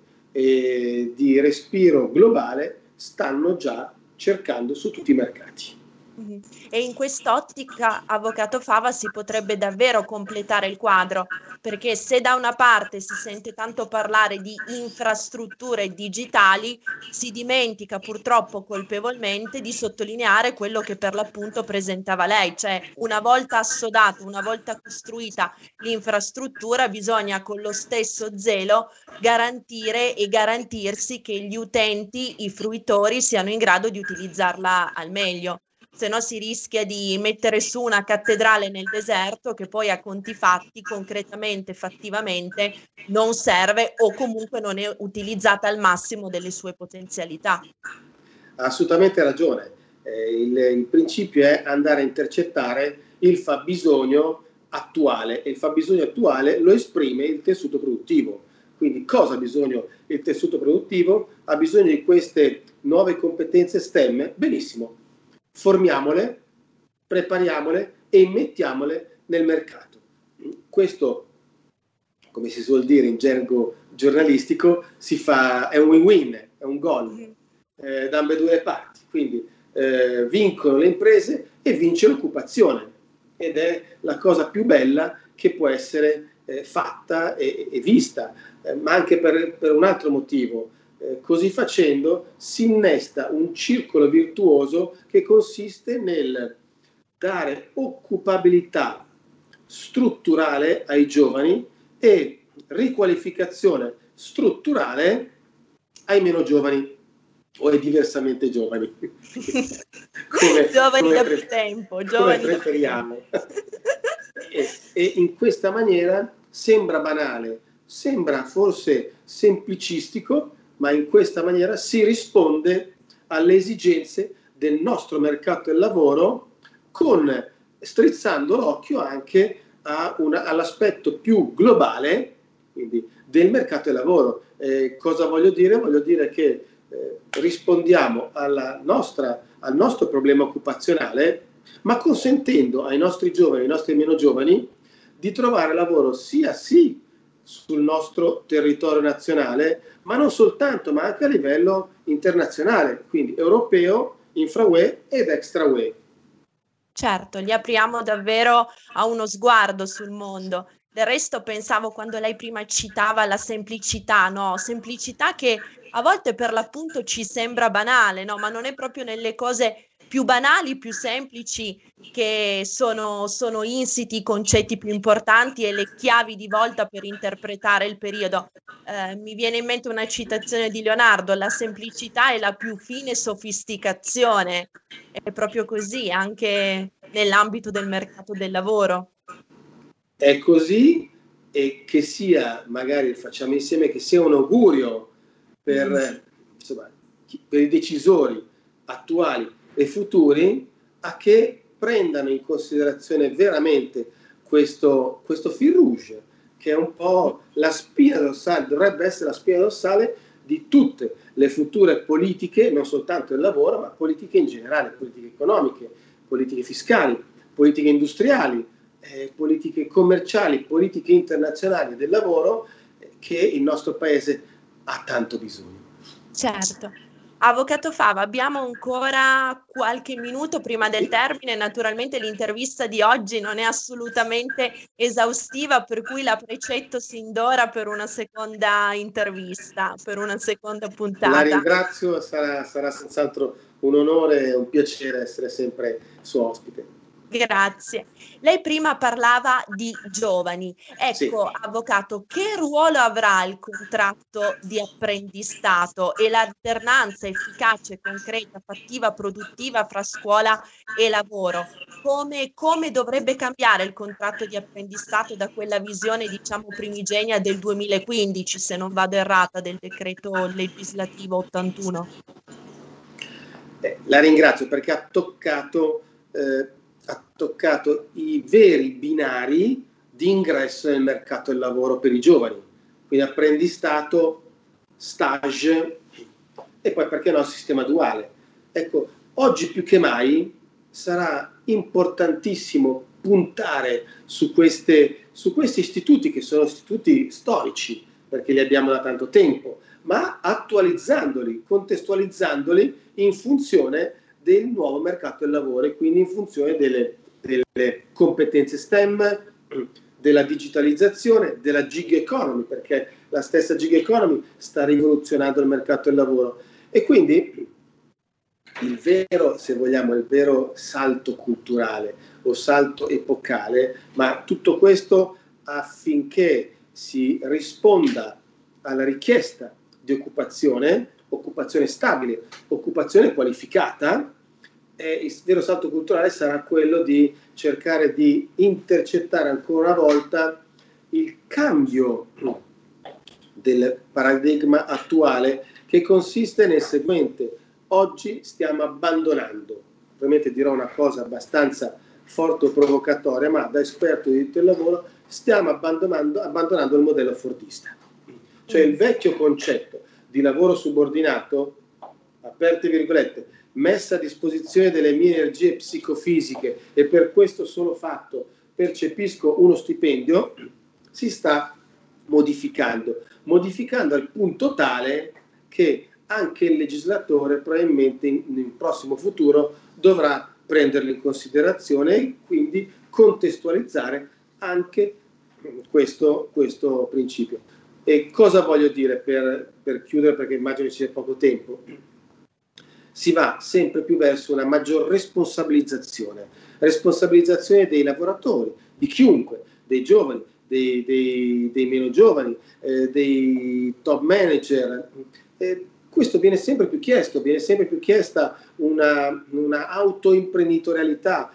di respiro globale stanno già cercando su tutti i mercati. E in quest'ottica, avvocato Fava, si potrebbe davvero completare il quadro, perché se da una parte si sente tanto parlare di infrastrutture digitali, si dimentica purtroppo colpevolmente di sottolineare quello che per l'appunto presentava lei, cioè una volta assodata, una volta costruita l'infrastruttura, bisogna con lo stesso zelo garantire e garantirsi che gli utenti, i fruitori, siano in grado di utilizzarla al meglio. Se no si rischia di mettere su una cattedrale nel deserto che poi a conti fatti, concretamente, fattivamente, non serve o comunque non è utilizzata al massimo delle sue potenzialità. Ha assolutamente ragione. Il principio è andare a intercettare il fabbisogno attuale, e il fabbisogno attuale lo esprime il tessuto produttivo. Quindi cosa ha bisogno il tessuto produttivo? Ha bisogno di queste nuove competenze STEM? Benissimo. Formiamole, prepariamole e immettiamole nel mercato. Questo, come si suol dire in gergo giornalistico, è un win-win, è un gol da ambedue le parti. Quindi vincono le imprese e vince l'occupazione, ed è la cosa più bella che può essere fatta e vista, ma anche per un altro motivo. Così facendo si innesta un circolo virtuoso che consiste nel dare occupabilità strutturale ai giovani e riqualificazione strutturale ai meno giovani o ai diversamente giovani. Giovani da più tempo, giovani come preferiamo. E in questa maniera sembra banale, sembra forse semplicistico, ma in questa maniera si risponde alle esigenze del nostro mercato del lavoro, strizzando l'occhio anche all'aspetto più globale, quindi del mercato del lavoro. Cosa voglio dire? Voglio dire che rispondiamo al nostro problema occupazionale, ma consentendo ai nostri giovani, ai nostri meno giovani, di trovare lavoro sia sul nostro territorio nazionale, ma non soltanto, ma anche a livello internazionale, quindi europeo, infra-UE ed extra-UE. Certo, li apriamo davvero a uno sguardo sul mondo. Del resto pensavo, quando lei prima citava la semplicità, no? Semplicità che a volte per l'appunto ci sembra banale, no? Ma non è proprio nelle cose più banali, più semplici, che sono insiti i concetti più importanti e le chiavi di volta per interpretare il periodo. Mi viene in mente una citazione di Leonardo: la semplicità è la più fine sofisticazione. È proprio così, anche nell'ambito del mercato del lavoro. È così, e che sia, magari facciamo insieme, che sia un augurio per i decisori attuali e futuri, a che prendano in considerazione veramente questo fil rouge, che è un po' la spina dorsale, dovrebbe essere la spina dorsale di tutte le future politiche, non soltanto del lavoro, ma politiche in generale, politiche economiche, politiche fiscali, politiche industriali, politiche commerciali, politiche internazionali del lavoro, che il nostro paese ha tanto bisogno. Certo. Avvocato Fava, abbiamo ancora qualche minuto prima del termine. Naturalmente l'intervista di oggi non è assolutamente esaustiva, per cui la precetto sin d'ora per una seconda intervista, per una seconda puntata. La ringrazio, sarà senz'altro un onore e un piacere essere sempre suo ospite. Grazie. Lei prima parlava di giovani. Ecco, sì. Avvocato, che ruolo avrà il contratto di apprendistato e l'alternanza efficace, concreta, fattiva, produttiva fra scuola e lavoro? Come dovrebbe cambiare il contratto di apprendistato da quella visione, diciamo, primigenia del 2015, se non vado errata, del decreto legislativo 81? La ringrazio perché ha toccato i veri binari di ingresso nel mercato del lavoro per i giovani, quindi apprendistato, stage e poi perché no sistema duale. Ecco, oggi più che mai sarà importantissimo puntare su questi istituti che sono istituti storici, perché li abbiamo da tanto tempo, ma attualizzandoli, contestualizzandoli in funzione del nuovo mercato del lavoro e quindi in funzione delle competenze STEM, della digitalizzazione, della gig economy, perché la stessa gig economy sta rivoluzionando il mercato del lavoro. E quindi il vero salto culturale o salto epocale, ma tutto questo affinché si risponda alla richiesta di occupazione stabile, occupazione qualificata. Il vero salto culturale sarà quello di cercare di intercettare ancora una volta il cambio del paradigma attuale, che consiste nel seguente: oggi stiamo abbandonando, ovviamente dirò una cosa abbastanza forte o provocatoria, ma da esperto di diritto del lavoro stiamo abbandonando il modello fordista, cioè il vecchio concetto di lavoro subordinato, aperte virgolette, messa a disposizione delle mie energie psicofisiche e per questo solo fatto percepisco uno stipendio, si sta modificando al punto tale che anche il legislatore probabilmente nel prossimo futuro dovrà prenderlo in considerazione e quindi contestualizzare anche questo principio. E cosa voglio dire per chiudere, perché immagino ci sia poco tempo? Si va sempre più verso una maggior responsabilizzazione dei lavoratori, di chiunque, dei giovani, dei meno giovani, dei top manager. Questo viene sempre più chiesto, viene sempre più chiesta una autoimprenditorialità,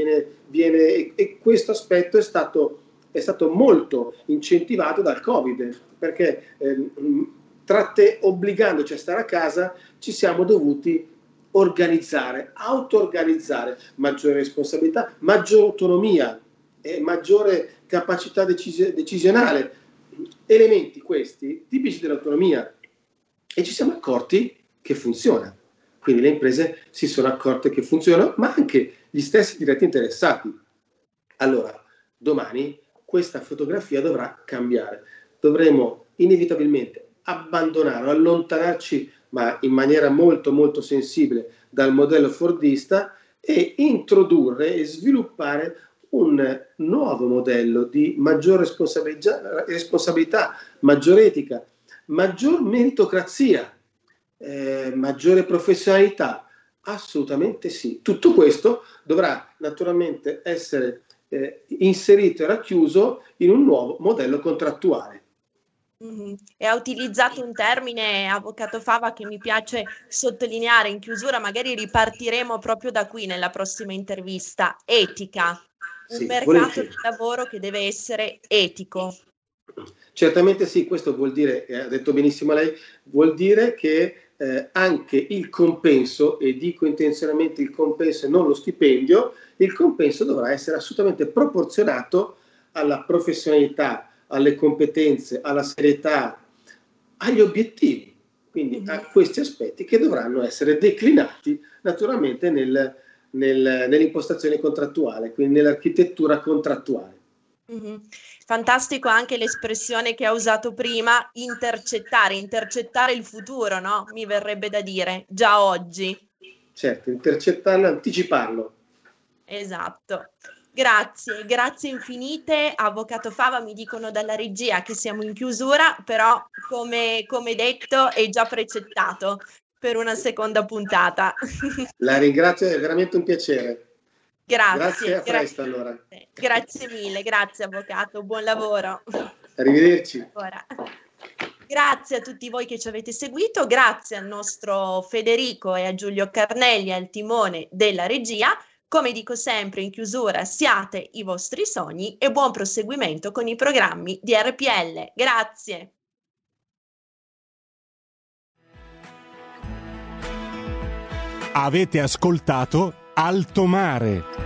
e questo aspetto è stato molto incentivato dal Covid, perché obbligandoci a stare a casa ci siamo dovuti auto-organizzare, maggiore responsabilità, maggiore autonomia e maggiore capacità decisionale, elementi questi tipici dell'autonomia, e ci siamo accorti che funziona. Quindi le imprese si sono accorte che funziona, ma anche gli stessi diretti interessati. Allora, domani questa fotografia dovrà cambiare. Dovremo inevitabilmente allontanarci, ma in maniera molto molto sensibile, dal modello fordista e introdurre e sviluppare un nuovo modello di maggior responsabilità, maggior etica, maggior meritocrazia, maggiore professionalità. Assolutamente sì. Tutto questo dovrà naturalmente essere inserito e racchiuso in un nuovo modello contrattuale. E ha utilizzato un termine, avvocato Fava, che mi piace sottolineare in chiusura, magari ripartiremo proprio da qui nella prossima intervista: etica. Un mercato di lavoro che deve essere etico. Certamente sì, questo vuol dire, ha detto benissimo lei, vuol dire che anche il compenso, e dico intenzionalmente il compenso e non lo stipendio, il compenso dovrà essere assolutamente proporzionato alla professionalità, alle competenze, alla serietà, agli obiettivi, quindi a questi aspetti che dovranno essere declinati naturalmente nell'impostazione contrattuale, quindi nell'architettura contrattuale. Fantastico anche l'espressione che ha usato prima, intercettare il futuro, no? Mi verrebbe da dire, già oggi. Certo, intercettarlo, anticiparlo. Esatto. Grazie infinite. Avvocato Fava, mi dicono dalla regia che siamo in chiusura, però come detto è già precettato per una seconda puntata. La ringrazio, è veramente un piacere. Grazie, a presto allora. Grazie mille, grazie avvocato, buon lavoro. Arrivederci. Grazie a tutti voi che ci avete seguito, grazie al nostro Federico e a Giulio Carnelli al timone della regia. Come dico sempre in chiusura, siate i vostri sogni e buon proseguimento con i programmi di RPL. Grazie. Avete ascoltato Alto Mare.